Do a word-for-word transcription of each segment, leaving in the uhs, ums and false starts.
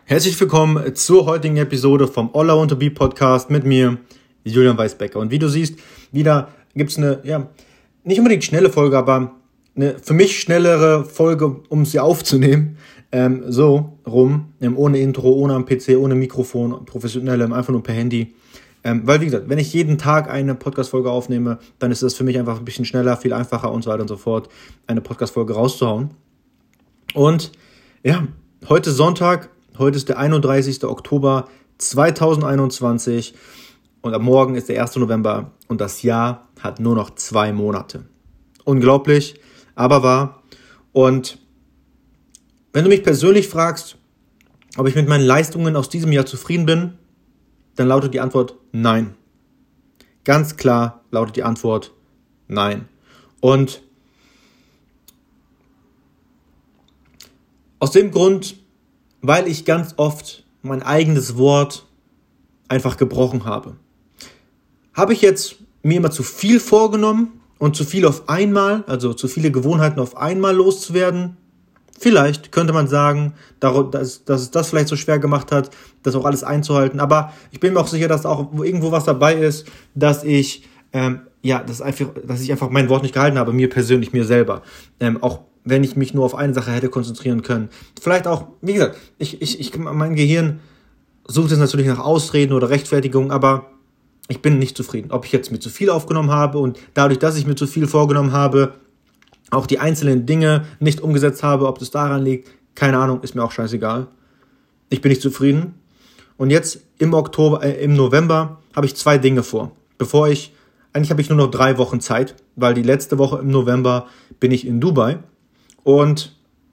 Herzlich willkommen zur heutigen Episode vom All I Want to Be Podcast mit mir, Julian Weisbecker. Und wie du siehst, wieder gibt es eine, ja, nicht unbedingt schnelle Folge, aber eine für mich schnellere Folge, um sie aufzunehmen. Ähm, so rum, ähm, ohne Intro, ohne am P C, ohne Mikrofon, professionell, einfach nur per Handy. Ähm, weil wie gesagt, wenn ich jeden Tag eine Podcast-Folge aufnehme, dann ist das für mich einfach ein bisschen schneller, viel einfacher und so weiter und so fort, eine Podcast-Folge rauszuhauen. Und ja, heute Sonntag, heute ist der einunddreißigster Oktober zweitausendeinundzwanzig und am Morgen ist der erster November und das Jahr hat nur noch zwei Monate. Unglaublich, aber wahr. Und wenn du mich persönlich fragst, ob ich mit meinen Leistungen aus diesem Jahr zufrieden bin, dann lautet die Antwort nein. Ganz klar lautet die Antwort nein. Und aus dem Grund, weil ich ganz oft mein eigenes Wort einfach gebrochen habe. Habe ich jetzt mir immer zu viel vorgenommen und zu viel auf einmal, also zu viele Gewohnheiten auf einmal loszuwerden? Vielleicht könnte man sagen, dass, dass es das vielleicht so schwer gemacht hat, das auch alles einzuhalten. Aber ich bin mir auch sicher, dass auch irgendwo was dabei ist, dass ich, ähm, ja, dass, einfach, dass ich einfach mein Wort nicht gehalten habe, mir persönlich, mir selber. Ähm, auch wenn ich mich nur auf eine Sache hätte konzentrieren können. Vielleicht auch, wie gesagt, ich, ich, ich, mein Gehirn sucht es natürlich nach Ausreden oder Rechtfertigungen, aber ich bin nicht zufrieden. Ob ich jetzt mir zu viel aufgenommen habe und dadurch, dass ich mir zu viel vorgenommen habe, auch die einzelnen Dinge nicht umgesetzt habe, ob das daran liegt, keine Ahnung, ist mir auch scheißegal. Ich bin nicht zufrieden. Und jetzt im Oktober, äh, im November habe ich zwei Dinge vor. Bevor ich, eigentlich habe ich nur noch drei Wochen Zeit, weil die letzte Woche im November bin ich in Dubai. Und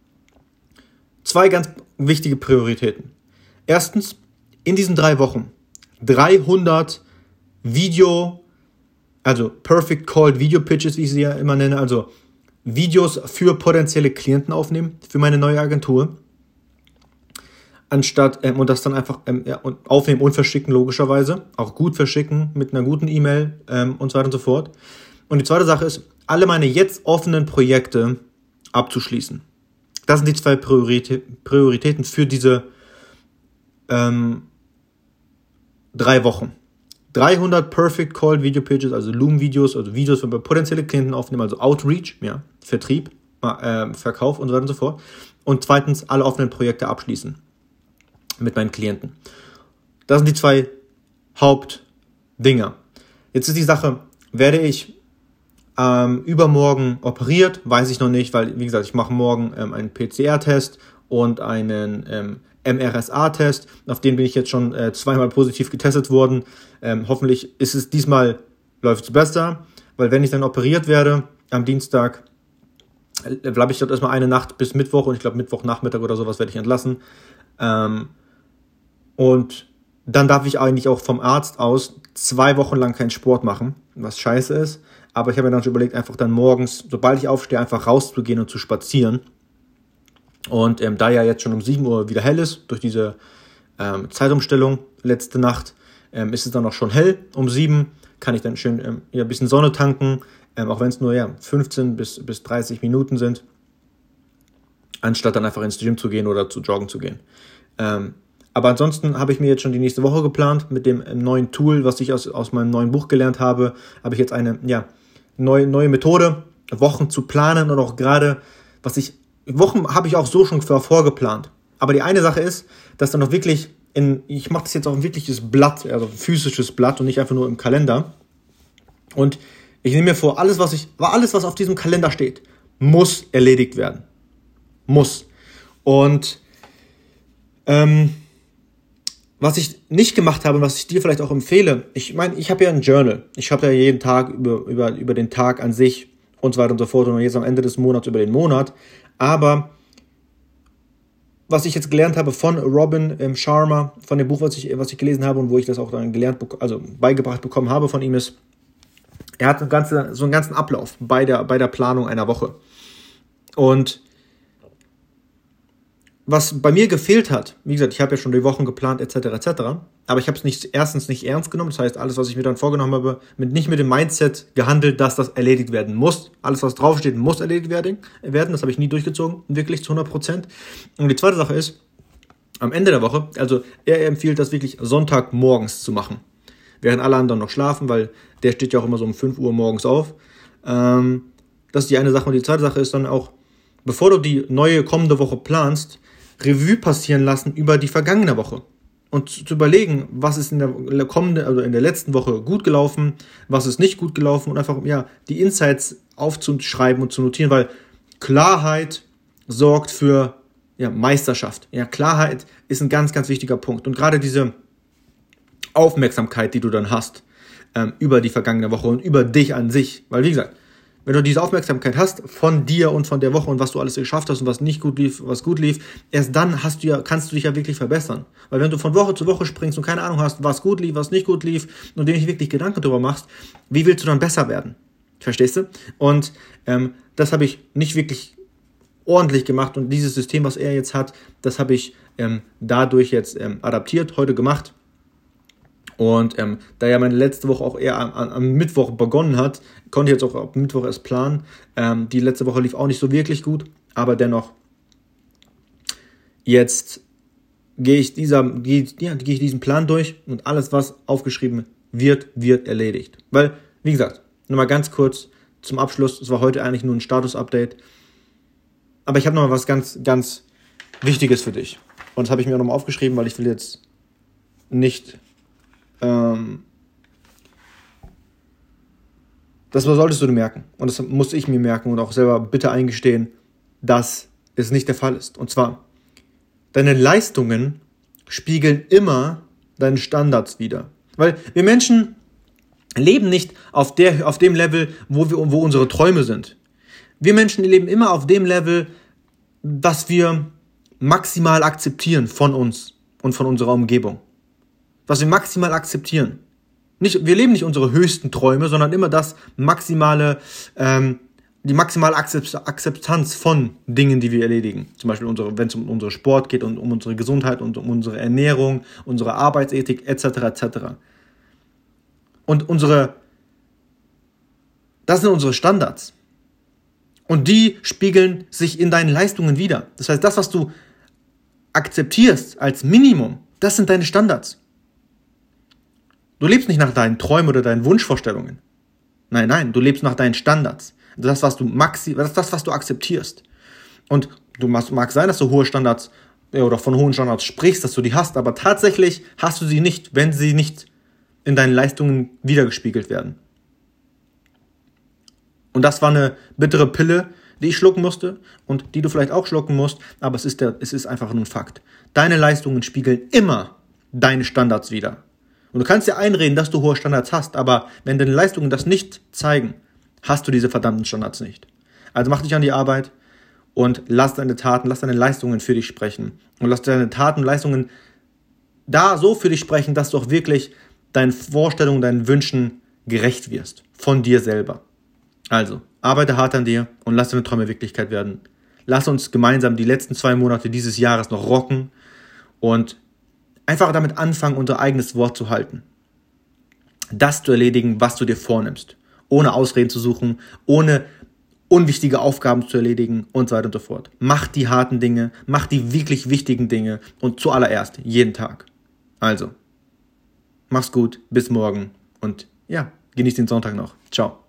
zwei ganz wichtige Prioritäten. Erstens, in diesen drei Wochen dreihundert Video, also Perfect Called Video Pitches, wie ich sie ja immer nenne, also Videos für potenzielle Klienten aufnehmen, für meine neue Agentur. Anstatt, ähm, und das dann einfach ähm, ja, aufnehmen und verschicken, logischerweise. Auch gut verschicken, mit einer guten E-Mail ähm, und so weiter und so fort. Und die zweite Sache ist, alle meine jetzt offenen Projekte abzuschließen. Das sind die zwei Priorität, Prioritäten für diese ähm, drei Wochen. dreihundert Perfect Called Video Pitches, also Loom-Videos, also Videos, wenn wir potenzielle Klienten aufnehmen, also Outreach, ja, Vertrieb, äh, Verkauf und so weiter und so fort. Und zweitens, alle offenen Projekte abschließen mit meinen Klienten. Das sind die zwei Hauptdinger. Jetzt ist die Sache, werde ich ähm, übermorgen operiert, weiß ich noch nicht, weil, wie gesagt, ich mache morgen ähm, einen P C R-Test und einen ähm, M R S A-Test, auf den bin ich jetzt schon äh, zweimal positiv getestet worden. Ähm, hoffentlich ist es diesmal, läuft es besser, weil wenn ich dann operiert werde, am Dienstag, äh, bleibe ich dort erstmal eine Nacht bis Mittwoch und ich glaube Mittwochnachmittag oder sowas werde ich entlassen. Ähm, und dann darf ich eigentlich auch vom Arzt aus zwei Wochen lang keinen Sport machen, was scheiße ist. Aber ich habe mir dann schon überlegt, einfach dann morgens, sobald ich aufstehe, einfach rauszugehen und zu spazieren. Und ähm, da ja jetzt schon um sieben Uhr wieder hell ist, durch diese ähm, Zeitumstellung letzte Nacht, ähm, ist es dann auch schon hell. Um sieben kann ich dann schön ähm, ja, ein bisschen Sonne tanken, ähm, auch wenn es nur ja, fünfzehn bis dreißig Minuten sind, anstatt dann einfach ins Gym zu gehen oder zu joggen zu gehen. Ähm, aber ansonsten habe ich mir jetzt schon die nächste Woche geplant mit dem neuen Tool, was ich aus, aus meinem neuen Buch gelernt habe, habe ich jetzt eine ja, neue, neue Methode, Wochen zu planen und auch gerade, was ich Wochen habe ich auch so schon vorgeplant. Aber die eine Sache ist, dass dann noch wirklich, in, ich mache das jetzt auf ein wirkliches Blatt, also ein physisches Blatt und nicht einfach nur im Kalender. Und ich nehme mir vor, alles, was ich, alles, was auf diesem Kalender steht, muss erledigt werden. Muss. Und ähm, was ich nicht gemacht habe und was ich dir vielleicht auch empfehle, ich meine, ich habe ja ein Journal. Ich schreibe ja jeden Tag über, über, über den Tag an sich und so weiter und so fort und jetzt am Ende des Monats über den Monat. Aber was ich jetzt gelernt habe von Robin ähm, Sharma, von dem Buch, was ich, was ich gelesen habe und wo ich das auch dann gelernt, also beigebracht bekommen habe von ihm, ist, er hat eine ganze, so einen ganzen Ablauf bei der, bei der Planung einer Woche. Und was bei mir gefehlt hat, wie gesagt, ich habe ja schon die Wochen geplant, et cetera et cetera, aber ich habe es nicht, erstens nicht ernst genommen, das heißt, alles, was ich mir dann vorgenommen habe, mit, nicht mit dem Mindset gehandelt, dass das erledigt werden muss. Alles, was draufsteht, muss erledigt werden. Das habe ich nie durchgezogen, wirklich zu hundert Prozent. Und die zweite Sache ist, am Ende der Woche, also er empfiehlt das wirklich Sonntagmorgens zu machen, während alle anderen noch schlafen, weil der steht ja auch immer so um fünf Uhr morgens auf. Ähm, das ist die eine Sache. Und die zweite Sache ist dann auch, bevor du die neue kommende Woche planst, Revue passieren lassen über die vergangene Woche. Und zu überlegen, was ist in der kommenden, also in der letzten Woche gut gelaufen, was ist nicht gut gelaufen und einfach, ja, die Insights aufzuschreiben und zu notieren, weil Klarheit sorgt für, ja, Meisterschaft. Ja, Klarheit ist ein ganz, ganz wichtiger Punkt. Und gerade diese Aufmerksamkeit, die du dann hast, ähm, über die vergangene Woche und über dich an sich. Weil, wie gesagt, wenn du diese Aufmerksamkeit hast von dir und von der Woche und was du alles geschafft hast und was nicht gut lief, was gut lief, erst dann hast du ja, kannst du dich ja wirklich verbessern. Weil wenn du von Woche zu Woche springst und keine Ahnung hast, was gut lief, was nicht gut lief und dir nicht wirklich Gedanken darüber machst, wie willst du dann besser werden? Verstehst du? Und ähm, das habe ich nicht wirklich ordentlich gemacht und dieses System, was er jetzt hat, das habe ich ähm, dadurch jetzt ähm, adaptiert, heute gemacht. Und ähm, da ja meine letzte Woche auch eher am, am Mittwoch begonnen hat, konnte ich jetzt auch am Mittwoch erst planen. Ähm, die letzte Woche lief auch nicht so wirklich gut, aber dennoch, jetzt gehe ich, dieser, gehe, ja, gehe ich diesen Plan durch und alles, was aufgeschrieben wird, wird erledigt. Weil, wie gesagt, nochmal ganz kurz zum Abschluss, es war heute eigentlich nur ein Status-Update, aber ich habe nochmal was ganz, ganz Wichtiges für dich. Und das habe ich mir nochmal aufgeschrieben, weil ich will jetzt nicht... Ähm, das solltest du dir merken. Und das muss ich mir merken und auch selber bitte eingestehen, dass es nicht der Fall ist. Und zwar, deine Leistungen spiegeln immer deine Standards wider. Weil wir Menschen leben nicht auf, der, auf dem Level, wo, wir, wo unsere Träume sind. Wir Menschen leben immer auf dem Level, was wir maximal akzeptieren von uns und von unserer Umgebung. Was wir maximal akzeptieren. Nicht, wir leben nicht unsere höchsten Träume, sondern immer das maximale, ähm, die maximale Akzeptanz von Dingen, die wir erledigen. Zum Beispiel, unsere, wenn es um unseren Sport geht und um unsere Gesundheit und um unsere Ernährung, unsere Arbeitsethik et cetera et cetera. Und unsere, das sind unsere Standards. Und die spiegeln sich in deinen Leistungen wider. Das heißt, das, was du akzeptierst als Minimum, das sind deine Standards. Du lebst nicht nach deinen Träumen oder deinen Wunschvorstellungen. Nein, nein, du lebst nach deinen Standards. Das, was du maxi, das ist das, was du akzeptierst. Und du mag, mag sein, dass du hohe Standards oder von hohen Standards sprichst, dass du die hast, aber tatsächlich hast du sie nicht, wenn sie nicht in deinen Leistungen wiedergespiegelt werden. Und das war eine bittere Pille, die ich schlucken musste und die du vielleicht auch schlucken musst, aber es ist, der, es ist einfach nur ein Fakt. Deine Leistungen spiegeln immer deine Standards wider. Und du kannst dir einreden, dass du hohe Standards hast, aber wenn deine Leistungen das nicht zeigen, hast du diese verdammten Standards nicht. Also mach dich an die Arbeit und lass deine Taten, lass deine Leistungen für dich sprechen. Und lass deine Taten, Leistungen da so für dich sprechen, dass du auch wirklich deinen Vorstellungen, deinen Wünschen gerecht wirst. Von dir selber. Also, arbeite hart an dir und lass deine Träume Wirklichkeit werden. Lass uns gemeinsam die letzten zwei Monate dieses Jahres noch rocken und einfach damit anfangen, unser eigenes Wort zu halten. Das zu erledigen, was du dir vornimmst. Ohne Ausreden zu suchen, ohne unwichtige Aufgaben zu erledigen und so weiter und so fort. Mach die harten Dinge, mach die wirklich wichtigen Dinge und zuallererst jeden Tag. Also, mach's gut, bis morgen und ja, genieß den Sonntag noch. Ciao.